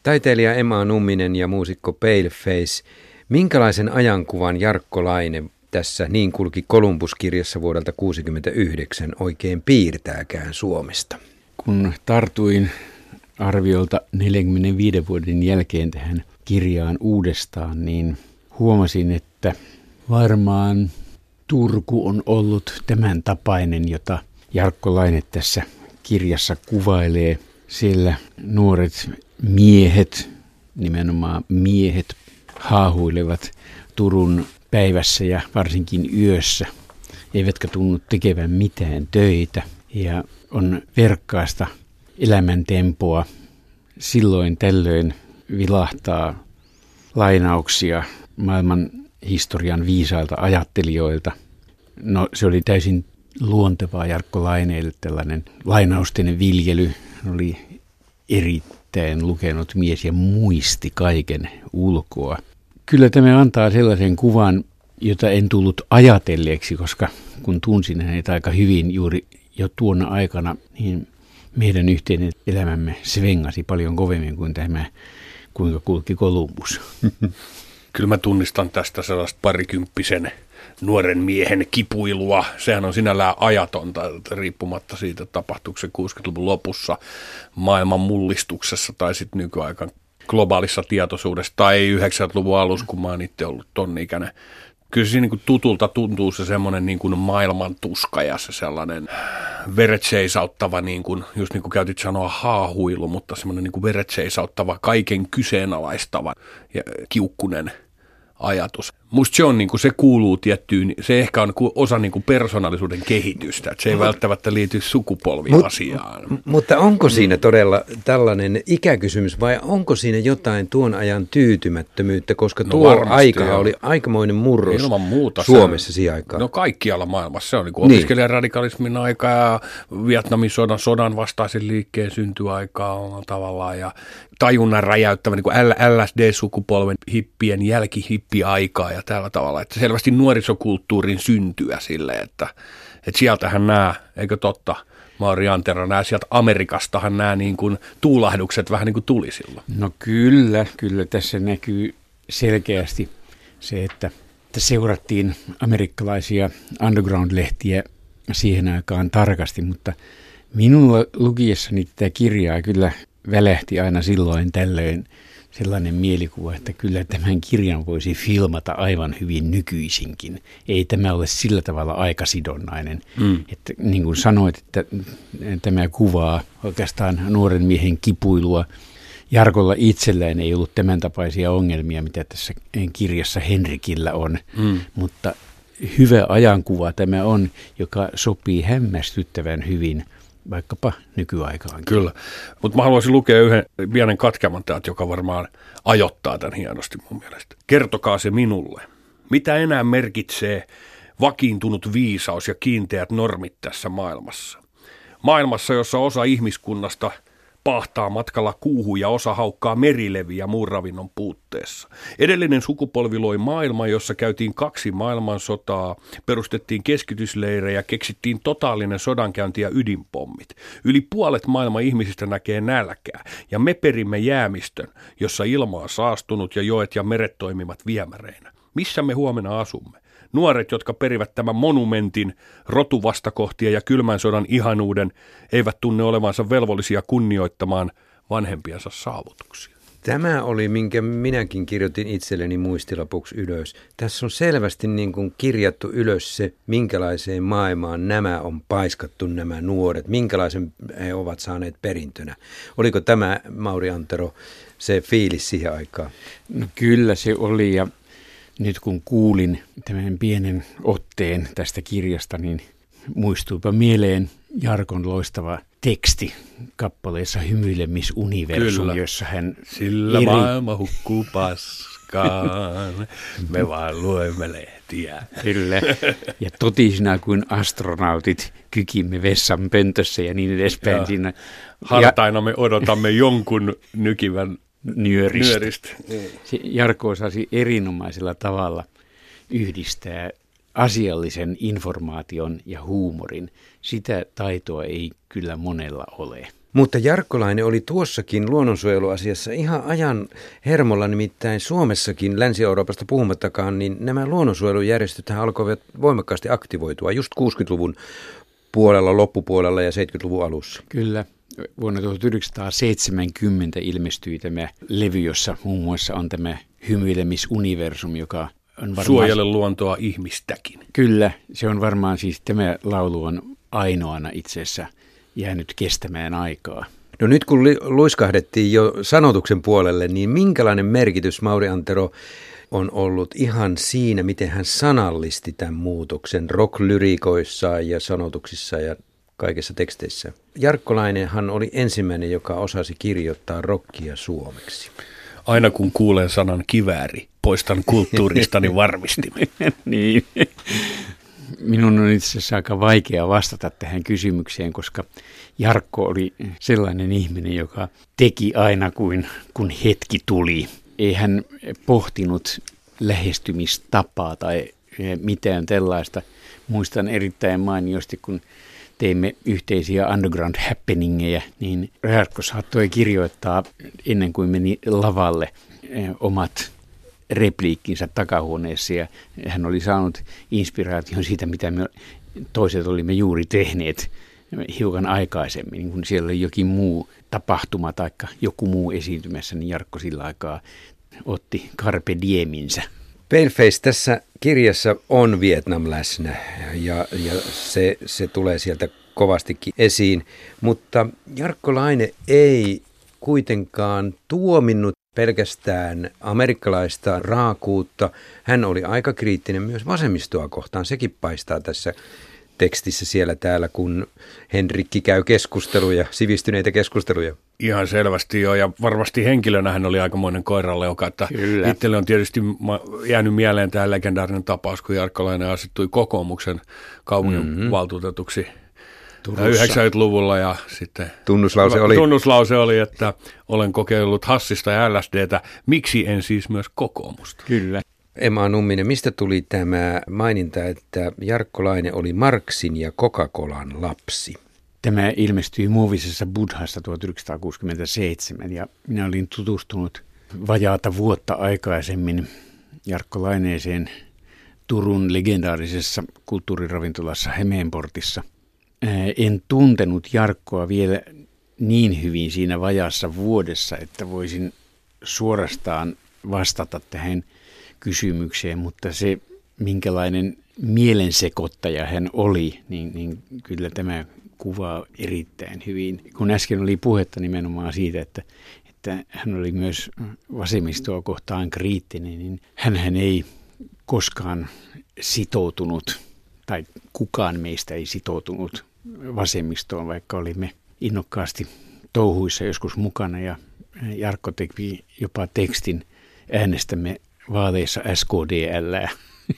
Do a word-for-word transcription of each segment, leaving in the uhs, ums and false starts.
Taiteilija Emma Numminen ja muusikko Paleface. Minkälaisen ajankuvan Jarkko Laine tässä Niin kulki Columbus-kirjassa vuodelta tuhatyhdeksänsataakuusikymmentäyhdeksän oikein piirtääkään Suomesta? Kun tartuin arviolta neljänkymmenenviiden vuoden jälkeen tähän kirjaan uudestaan, niin huomasin, että varmaan Turku on ollut tämän tapainen, jota Jarkko Laine tässä kirjassa kuvailee. Siellä nuoret miehet, nimenomaan miehet, haahuilevat Turun päivässä ja varsinkin yössä, eivätkä tunnu tekevän mitään töitä. Ja on verkkaasta elämäntempoa. Silloin tällöin vilahtaa lainauksia maailman historian viisailta ajattelijoilta. No, se oli täysin luontevaa Jarkko Laineelle, tällainen lainausten viljely. Hän oli erittäin lukenut mies ja muisti kaiken ulkoa. Kyllä tämä antaa sellaisen kuvan, jota en tullut ajatelleeksi, koska kun tunsin hänet aika hyvin juuri jo tuona aikana, niin meidän yhteinen elämämme svengasi paljon kovemmin kuin tämä Kuinka kulki Columbus. Kyllä mä tunnistan tästä sellaista parikymppisen nuoren miehen kipuilua. Sehän on sinällään ajatonta, riippumatta siitä, tapahtuuko se kuusikymmentäluvun lopussa maailman mullistuksessa tai sitten nykyaikan globaalissa tietoisuudessa tai yhdeksänkymmentäluvun alussa, kun mä oon itse ollut ton ikäinen. Kyllä se niin kuin tutulta tuntuu se semmoinen niin kuin maailman tuska ja se sellainen veret seisauttava, niin kuin, just niin kuin käytit sanoa haahuilu, mutta semmoinen niin kuin veret seisauttava, kaiken kyseenalaistava ja kiukkunen ajatus. Musta se on niin kuin, se kuuluu tiettyyn, se ehkä on osa niin kuin persoonallisuuden kehitystä, että se ei välttämättä liity sukupolviasiaan. Mut, mutta onko siinä todella tällainen ikäkysymys vai onko siinä jotain tuon ajan tyytymättömyyttä, koska no tuo aika jo. Oli aikamoinen murros ilman muuta Suomessa siihen aikaan? No kaikkialla maailmassa. Se on niin kuin niin. Opiskelijaradikalismin aika ja Vietnamin sodan, sodan vastaisen liikkeen syntyaikaa tavallaan ja tajunnan räjäyttävä niin kuin L S D-sukupolven hippien jälkihippiaikaa ja tällä tavalla, että selvästi nuorisokulttuurin syntyä silleen, että, että sieltähän nämä, eikö totta, Mauri Antero, nämä sieltä Amerikastahan nämä niin kuin tuulahdukset vähän niin kuin tuli silloin. No kyllä, kyllä tässä näkyy selkeästi se, että, että seurattiin amerikkalaisia underground-lehtiä siihen aikaan tarkasti, mutta minulla lukiessani tätä kirjaa kyllä välähti aina silloin tällöin sellainen mielikuva, että kyllä tämän kirjan voisi filmata aivan hyvin nykyisinkin. Ei tämä ole sillä tavalla aikasidonnainen. Mm. Että, niin kuin sanoit, että tämä kuvaa oikeastaan nuoren miehen kipuilua. Jarkolla itsellään ei ollut tämän tapaisia ongelmia, mitä tässä kirjassa Henrikillä on, mm. mutta hyvä ajankuva tämä on, joka sopii hämmästyttävän hyvin vaikkapa nykyaikaan. Kyllä, mutta mä haluaisin lukea yhden pienen katkelman täältä, joka varmaan ajoittaa tämän hienosti mun mielestä. Kertokaa se minulle. Mitä enää merkitsee vakiintunut viisaus ja kiinteät normit tässä maailmassa? Maailmassa, jossa osa ihmiskunnasta pahtaa matkalla kuuhun ja osa haukkaa merileviä muun ravinnon puutteessa. Edellinen sukupolvi loi maailman, jossa käytiin kaksi maailmansotaa, perustettiin keskitysleirejä, keksittiin totaalinen sodankäynti ja ydinpommit. Yli puolet maailman ihmisistä näkee nälkää ja me perimme jäämistön, jossa ilma on saastunut ja joet ja meret toimivat viemäreinä. Missä me huomenna asumme? Nuoret, jotka perivät tämän monumentin, rotuvastakohtia ja kylmän sodan ihanuuden, eivät tunne olevansa velvollisia kunnioittamaan vanhempiensa saavutuksia. Tämä oli, minkä minäkin kirjoitin itselleni muistilapuksi ylös. Tässä on selvästi niin kuin kirjattu ylös se, minkälaiseen maailmaan nämä on paiskattu, nämä nuoret, minkälaisen he ovat saaneet perintönä. Oliko tämä, Mauri Antero, se fiilis siihen aikaan? No kyllä se oli, ja nyt kun kuulin tämän pienen otteen tästä kirjasta, niin muistuipa mieleen Jarkon loistava teksti kappaleessa Hymyilemisuniversum, Kyllä. jossa hän Sillä eri... maailma hukkuu paskaan, me vaan luemme lehtiä. Kyllä, ja totisina kuin astronautit kykimme vessan pöntössä ja niin edespäin. Ja siinä. Hartaina me odotamme jonkun nykivän nyöristä. nyöristä. Jarkko osasi erinomaisella tavalla yhdistää asiallisen informaation ja huumorin. Sitä taitoa ei kyllä monella ole. Mutta Jarkko Laine oli tuossakin luonnonsuojeluasiassa ihan ajan hermolla, nimittäin Suomessakin, Länsi-Euroopasta puhumattakaan, niin nämä luonnonsuojelujärjestöthän alkoivat voimakkaasti aktivoitua just kuusikymmentäluvun puolella, loppupuolella ja seitsemänkymmentäluvun alussa. Kyllä. Vuonna tuhatyhdeksänsataaseitsemänkymmentä ilmestyi tämä levy, jossa muun muassa on tämä hymyilemisuniversum, joka on varmaan... Suojele luontoa ihmistäkin. Kyllä, se on varmaan siis, tämä laulu on ainoana itse asiassa jäänyt kestämään aikaa. No nyt kun luiskahdettiin jo sanotuksen puolelle, niin minkälainen merkitys Mauri Antero on ollut ihan siinä, miten hän sanallisti tämän muutoksen rock-lyriikoissaan ja sanotuksissa ja kaikissa teksteissä? Jarkko Lainehan oli ensimmäinen, joka osasi kirjoittaa rockia suomeksi. Aina kun kuulen sanan kivääri, poistan kulttuuristani varmistimen. Niin. Minun on itse asiassa aika vaikea vastata tähän kysymykseen, koska Jarkko oli sellainen ihminen, joka teki aina kuin kun hetki tuli. Ei hän pohtinut lähestymistapaa tai mitään tällaista. Muistan erittäin mainiosti, kun teimme yhteisiä underground happeningeja, niin Jarkko saattoi kirjoittaa ennen kuin meni lavalle omat repliikkinsä takahuoneessa, ja hän oli saanut inspiraation siitä, mitä me toiset olimme juuri tehneet hiukan aikaisemmin. Niin kun siellä oli jokin muu tapahtuma tai joku muu esiintymässä, niin Jarkko sillä aikaa otti carpe dieminsä. Paleface tässä kirjassa on Vietnam läsnä ja, ja se, se tulee sieltä kovastikin esiin, mutta Jarkko Laine ei kuitenkaan tuominnut pelkästään amerikkalaista raakuutta. Hän oli aika kriittinen myös vasemmistoa kohtaan. Sekin paistaa tässä tekstissä siellä täällä, kun Henrikki käy keskusteluja, sivistyneitä keskusteluja. Ihan selvästi joo, ja varmasti henkilönä hän oli aikamoinen koiranleuka, että Kyllä. itselle on tietysti jäänyt mieleen tämä legendaarinen tapaus, kun Jarkko Laine asettui kokoomuksen kaupunginvaltuutetuksi mm-hmm. yhdeksänkymmentäluvulla, ja sitten tunnuslause oli, tunnuslause oli, että olen kokeillut hassista ja L S D:tä, miksi en siis myös kokoomusta. Kyllä. Emma Numminen, mistä tuli tämä maininta, että Jarkko Laine oli Marxin ja Coca-Colan lapsi? Tämä ilmestyi Muovisessa Buddhassa tuhatyhdeksänsataakuusikymmentäseitsemän, ja minä olin tutustunut vajaata vuotta aikaisemmin Jarkko Laineeseen Turun legendaarisessa kulttuuriravintolassa Hämeenportissa. En tuntenut Jarkkoa vielä niin hyvin siinä vajaassa vuodessa, että voisin suorastaan vastata tähän kysymykseen, mutta se, minkälainen mielensekoittaja hän oli, niin, niin kyllä tämä kuvaa erittäin hyvin. Kun äsken oli puhetta nimenomaan siitä, että, että hän oli myös vasemmistoa kohtaan kriittinen, niin hänhän ei koskaan sitoutunut, tai kukaan meistä ei sitoutunut vasemmistoon, vaikka olimme innokkaasti touhuissa joskus mukana, ja Jarkko teki jopa tekstin äänestämme vaaleissa S K D L,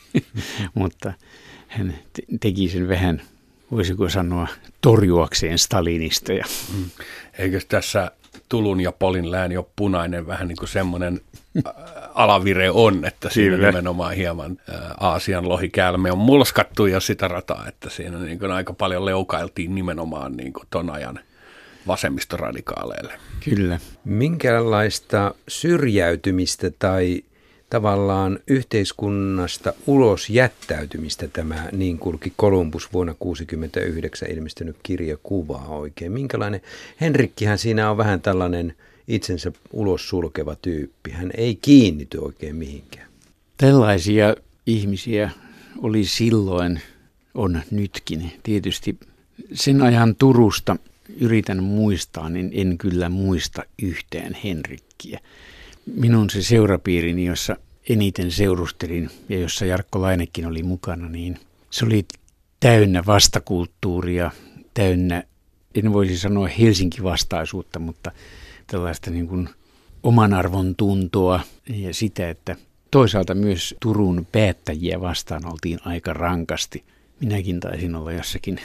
mutta hän te- teki sen vähän, voisiko sanoa, torjuakseen Stalinisteja. Eikö tässä Tulun ja Polin lääni ole punainen, vähän niin kuin semmoinen alavire on, että siinä Kyllä. nimenomaan hieman Aasian lohikäälme on mulskattu ja sitä rataa, että siinä niin kuin aika paljon leukailtiin nimenomaan niin kuin ton ajan vasemmistoradikaaleille. Kyllä. Minkälaista syrjäytymistä tai tavallaan yhteiskunnasta ulos jättäytymistä tämä Niin kulki Columbus vuonna tuhatyhdeksänsataakuusikymmentäyhdeksän ilmestynyt kirja kuvaa oikein? Minkälainen? Henrikkihän siinä on vähän tällainen itsensä ulos sulkeva tyyppi. Hän ei kiinnity oikein mihinkään. Tällaisia ihmisiä oli silloin, on nytkin. Tietysti sen ajan Turusta yritän muistaa, niin en kyllä muista yhtään Henrikkiä. Minun se seurapiirini, jossa eniten seurustelin ja jossa Jarkko Lainekin oli mukana, niin se oli täynnä vastakulttuuria, täynnä, en voisi sanoa Helsinki-vastaisuutta, mutta tällaista niin kuin oman arvon tuntoa ja sitä, että toisaalta myös Turun päättäjiä vastaan oltiin aika rankasti. Minäkin taisin olla jossakin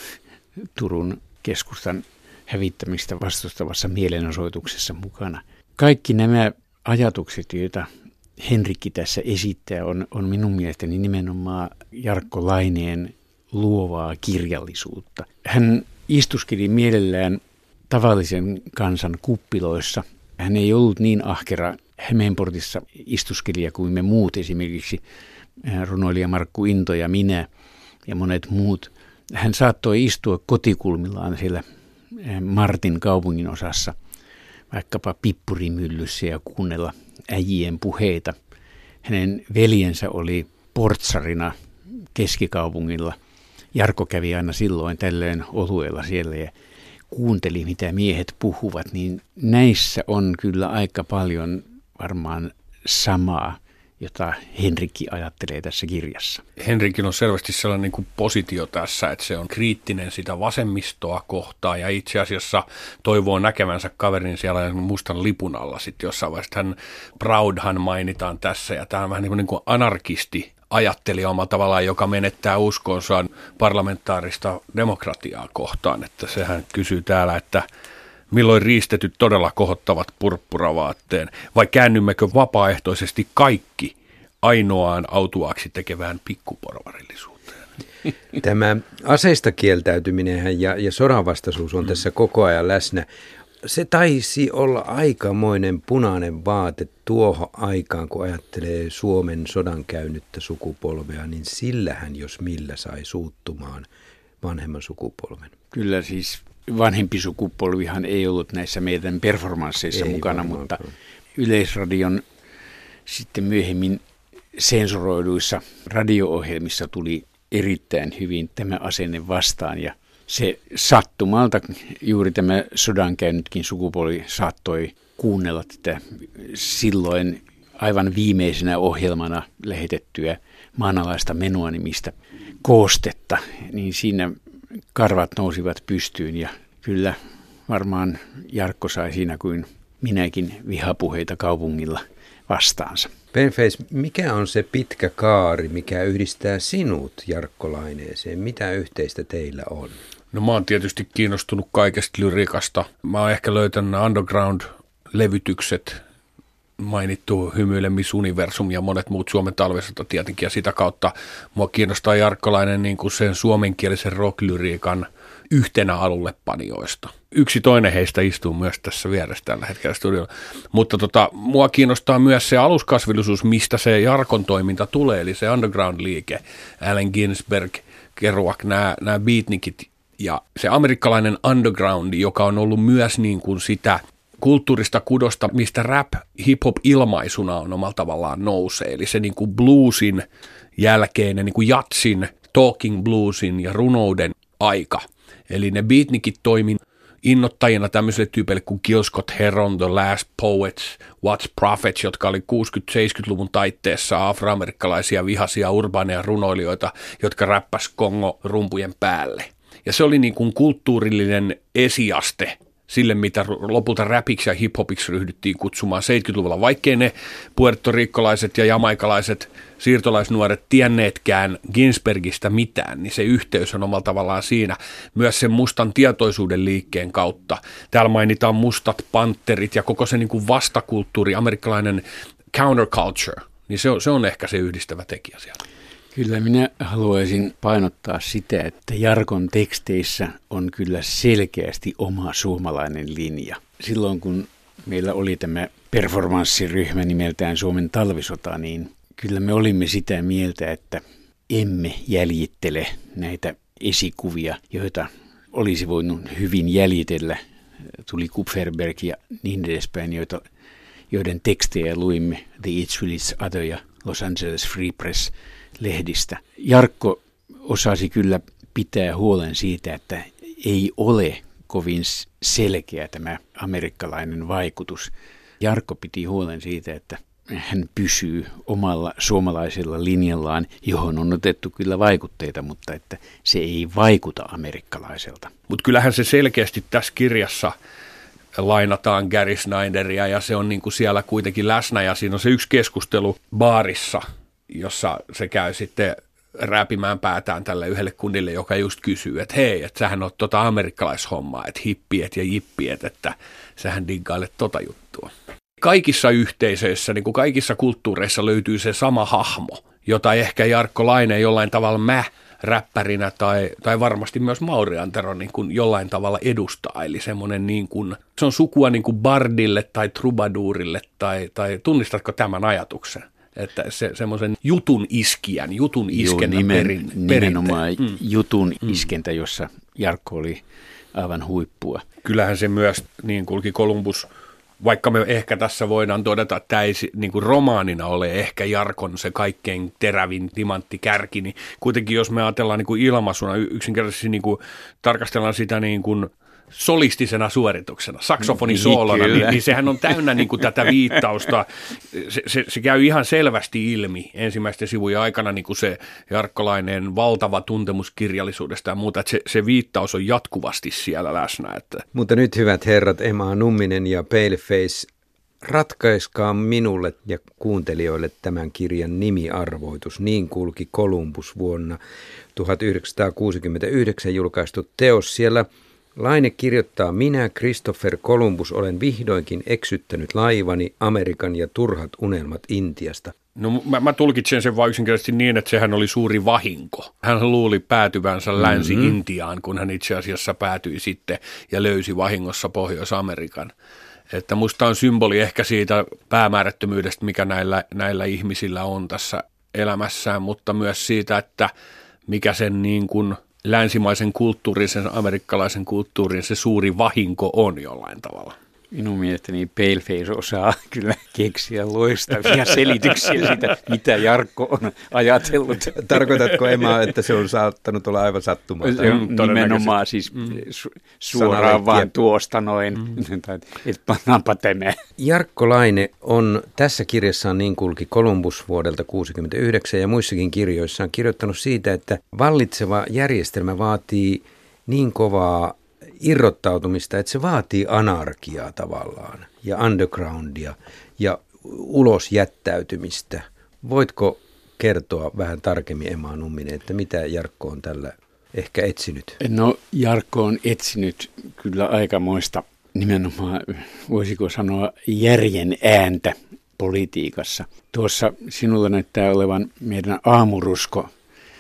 Turun keskustan hävittämistä vastustavassa mielenosoituksessa mukana. Kaikki nämä ajatukset, joita Henrikki tässä esittää, on, on minun mielestäni nimenomaan Jarkko Laineen luovaa kirjallisuutta. Hän istuskeli mielellään tavallisen kansan kuppiloissa. Hän ei ollut niin ahkera Hämeenportissa istuskelija kuin me muut, esimerkiksi runoilija Markku Into ja minä ja monet muut. Hän saattoi istua kotikulmillaan siellä Martin kaupungin osassa, vaikkapa pippurimyllyssä ja kuunnella äijien puheita. Hänen veljensä oli portsarina keskikaupungilla. Jarkko kävi aina silloin tällöin oluella siellä ja kuunteli, mitä miehet puhuvat, niin näissä on kyllä aika paljon varmaan samaa, jota Henrikki ajattelee tässä kirjassa. Henrikin on selvästi sellainen niin kuin positio tässä, että se on kriittinen sitä vasemmistoa kohtaan ja itse asiassa toivoo näkevänsä kaverin siellä mustan lipun alla sitten jossain vaiheessa. Hän Proudhan mainitaan tässä ja tämä on vähän niin kuin anarkisti ajattelija omalla tavallaan, joka menettää uskonsa parlamentaarista demokratiaa kohtaan, että sehän kysyy täällä, että milloin riistetyt todella kohottavat purppuravaatteen, vai käännymmekö vapaaehtoisesti kaikki ainoaan autuaaksi tekevään pikkuporvarillisuuteen? Tämä aseista kieltäytyminen ja, ja sodanvastaisuus on mm. tässä koko ajan läsnä. Se taisi olla aikamoinen punainen vaate tuohon aikaan, kun ajattelee Suomen sodan käynyttä sukupolvea, niin sillähän jos millä sai suuttumaan vanhemman sukupolven. Kyllä siis vanhempi sukupolvihan ei ollut näissä meidän performansseissa ei mukana, mutta Yleisradion sitten myöhemmin sensuroiduissa radio-ohjelmissa tuli erittäin hyvin tämä asenne vastaan ja se sattumalta juuri tämä sodan käynytkin sukupolvi saattoi kuunnella tätä silloin aivan viimeisenä ohjelmana lähetettyä maanalaista menua nimistä koostetta, niin siinä karvat nousivat pystyyn ja kyllä varmaan Jarkko sai siinä kuin minäkin vihapuheita kaupungilla vastaansa. Penface, mikä on se pitkä kaari, mikä yhdistää sinut Jarkko Laineeseen? Mitä yhteistä teillä on? No mä oon tietysti kiinnostunut kaikesta lyriikasta. Mä oon ehkä löytänyt underground-levytykset, mainittu Hymyile Miss Universum ja monet muut Suomen talvisota tietenkin. Ja sitä kautta mua kiinnostaa Jarkko Laine niin kuin sen suomenkielisen rocklyriikan yhtenä alullepanijoista. Yksi toinen heistä istuu myös tässä vieressä tällä hetkellä studiolla. Mutta tota, mua kiinnostaa myös se aluskasvillisuus, mistä se Jarkon toiminta tulee, eli se underground-liike, Allen Ginsberg, Kerouac, nämä, nämä beatnikit ja se amerikkalainen underground, joka on ollut myös niin kuin sitä kulttuurista kudosta, mistä rap hip-hop-ilmaisuna on omalla tavallaan nousee. Eli se niin kuin bluesin jälkeinen, niin kuin jatsin, talking bluesin ja runouden aika. Eli ne beatnikit toimin innoittajina tämmöiselle tyypeille kuin Gil Scott-Heron, The Last Poets, What's Prophets, jotka oli kuusikymmentä-seitsemänkymmentäluvun taitteessa afroamerikkalaisia vihaisia urbaaneja runoilijoita, jotka räppäs Kongo-rumpujen päälle. Ja se oli niin kuin kulttuurillinen esiaste sille, mitä lopulta räpiksi ja hiphopiksi ryhdyttiin kutsumaan seitsemänkymmentäluvulla. Vaikkei ne puertoriikkolaiset ja jamaikalaiset siirtolaisnuoret tienneetkään Ginsbergistä mitään, niin se yhteys on omalla tavallaan siinä myös sen mustan tietoisuuden liikkeen kautta. Täällä mainitaan mustat panterit ja koko se niin kuin vastakulttuuri, amerikkalainen counterculture, niin se on, se on ehkä se yhdistävä tekijä siellä. Kyllä minä haluaisin painottaa sitä, että Jarkon teksteissä on kyllä selkeästi oma suomalainen linja. Silloin kun meillä oli tämä performanssiryhmä nimeltään Suomen talvisota, niin kyllä me olimme sitä mieltä, että emme jäljittele näitä esikuvia, joita olisi voinut hyvin jäljitellä. Tuli Kupferberg ja niin edespäin, joita, joiden tekstejä luimme The Each Village Other ja Los Angeles Free Press lehdistä. Jarkko osasi kyllä pitää huolen siitä, että ei ole kovin selkeä tämä amerikkalainen vaikutus. Jarkko piti huolen siitä, että hän pysyy omalla suomalaisella linjallaan, johon on otettu kyllä vaikutteita, mutta että se ei vaikuta amerikkalaiselta. Mutta kyllähän se selkeästi tässä kirjassa lainataan Gary Snyderia ja se on niin kuin siellä kuitenkin läsnä ja siinä on se yksi keskustelu baarissa, jossa se käy sitten rääpimään päätään tälle yhdelle kundille, joka just kysyy, että hei, että sähän oot tota amerikkalaishommaa, että hippiet ja jippiet, että sähän diggailet tota juttua. Kaikissa yhteisöissä, niin kuin kaikissa kulttuureissa löytyy se sama hahmo, jota ehkä Jarkko Laine jollain tavalla mä räppärinä tai, tai varmasti myös Mauri Antero niin kuin jollain tavalla edustaa. Eli semmoinen niin kuin, se on sukua niin kuin bardille tai troubadourille tai, tai tunnistatko tämän ajatuksen? Että se semmoisen jutun iskijän, jutun iskentä Joo, nimen, perin, nimenomaan mm. jutun iskentä, jossa Jarkko oli aivan huippua. Kyllähän se myös niin kulki Columbus, vaikka me ehkä tässä voidaan todeta, että tämä ei niin kuin romaanina ole ehkä Jarkon se kaikkein terävin timanttikärki, niin kuitenkin jos me ajatellaan niin kuin ilmaisuna, yksinkertaisesti niin kuin tarkastellaan sitä niin kuin solistisena suorituksena, saksofonisoolona, niin, niin, niin sehän on täynnä niin kuin tätä viittausta. Se, se, se käy ihan selvästi ilmi ensimmäisten sivujen aikana niin kuin se Jarkkolainen valtava tuntemus kirjallisuudesta ja muuta, että se, se viittaus on jatkuvasti siellä läsnä. Että. Mutta nyt hyvät herrat, Emma Numminen ja Paleface, ratkaiskaa minulle ja kuuntelijoille tämän kirjan nimiarvoitus. Niin kulki Columbus vuonna tuhatyhdeksänsataakuusikymmentäyhdeksän julkaistu teos. Siellä Laine kirjoittaa: minä, Christopher Columbus, olen vihdoinkin eksyttänyt laivani Amerikan ja turhat unelmat Intiasta. No mä, mä tulkitsen sen vain yksinkertaisesti niin, että sehän oli suuri vahinko. Hän luuli päätyvänsä mm-hmm. Länsi-Intiaan, kun hän itse asiassa päätyi sitten ja löysi vahingossa Pohjois-Amerikan. Että musta on symboli ehkä siitä päämäärättömyydestä, mikä näillä, näillä ihmisillä on tässä elämässään, mutta myös siitä, että mikä sen niin kuin länsimaisen kulttuurin, sen amerikkalaisen kulttuurin se suuri vahinko on jollain tavalla. Minun mielestäni Paleface osaa kyllä keksiä loistavia selityksiä siitä, mitä Jarkko on ajatellut. Tarkoitatko, Emma, että se on saattanut olla aivan sattumaa? Se on nimenomaan siis mm. su- suoraan vaan tuosta noin, mm. että pannaanpa tämä. Jarkko Laine on tässä kirjassaan Niin kulki Columbus vuodelta tuhatyhdeksänsataakuusikymmentäyhdeksän ja muissakin kirjoissaan kirjoittanut siitä, että vallitseva järjestelmä vaatii niin kovaa irrottautumista, että se vaatii anarkiaa tavallaan ja undergroundia ja ulos jättäytymistä. Voitko kertoa vähän tarkemmin, Emma Numminen, että mitä Jarkko on tällä ehkä etsinyt? No Jarkko on etsinyt kyllä aikamoista nimenomaan, voisiko sanoa, järjen ääntä politiikassa. Tuossa sinulla näyttää olevan meidän aamurusko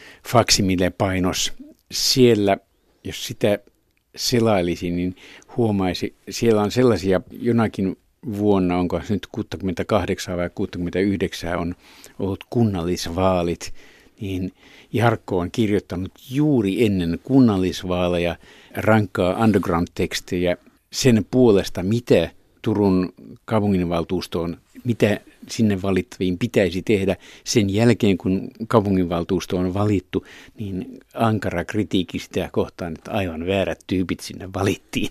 faksimile-painos. Siellä, jos sitä selailisi, niin huomaisi, siellä on sellaisia, jonakin vuonna, onko se nyt kuusikymmentäkahdeksan vai kuusikymmentäyhdeksän on ollut kunnallisvaalit, niin Jarkko on kirjoittanut juuri ennen kunnallisvaaleja rankkaa underground-tekstejä sen puolesta, mitä Turun kaupunginvaltuustoon, mitä sinne valittaviin pitäisi tehdä sen jälkeen, kun kaupunginvaltuusto on valittu, niin ankara kritiikki sitä kohtaan, että aivan väärät tyypit sinne valittiin.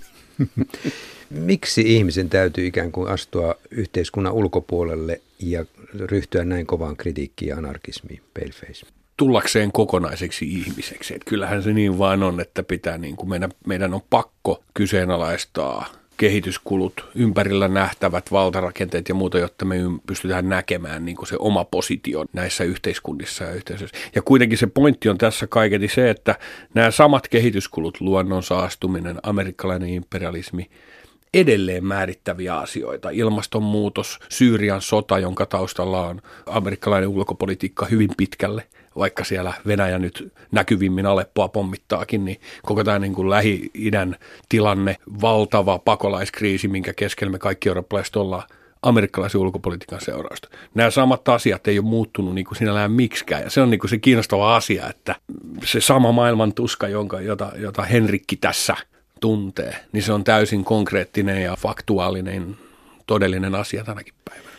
Miksi ihmisen täytyy ikään kuin astua yhteiskunnan ulkopuolelle ja ryhtyä näin kovaan kritiikkiin ja anarkismiin, Paleface? Tullakseen kokonaiseksi ihmiseksi. Että kyllähän se niin vaan on, että pitää niin kuin meidän, meidän on pakko kyseenalaistaa kehityskulut, ympärillä nähtävät valtarakenteet ja muuta, jotta me pystytään näkemään niin kuin se oma positio näissä yhteiskunnissa ja yhteisöissä. Ja kuitenkin se pointti on tässä kaiketi se, että nämä samat kehityskulut, luonnon saastuminen, amerikkalainen imperialismi, edelleen määrittäviä asioita. Ilmastonmuutos, Syyrian sota, jonka taustalla on amerikkalainen ulkopolitiikka hyvin pitkälle, vaikka siellä Venäjä nyt näkyvimmin Aleppoa pommittaakin, niin koko tämä niin kuin Lähi-idän tilanne, valtava pakolaiskriisi, minkä keskellä me kaikki eurooppalaiset ollaan, amerikkalaisen ulkopolitiikan seurausta. Nämä samat asiat ei ole muuttunut niin kuin sinällään miksikään, ja se on niin kuin se kiinnostava asia, että se sama maailman tuska, jonka, jota, jota Henrikki tässä tuntee, niin se on täysin konkreettinen ja faktuaalinen, todellinen asia tänäkin päivänä.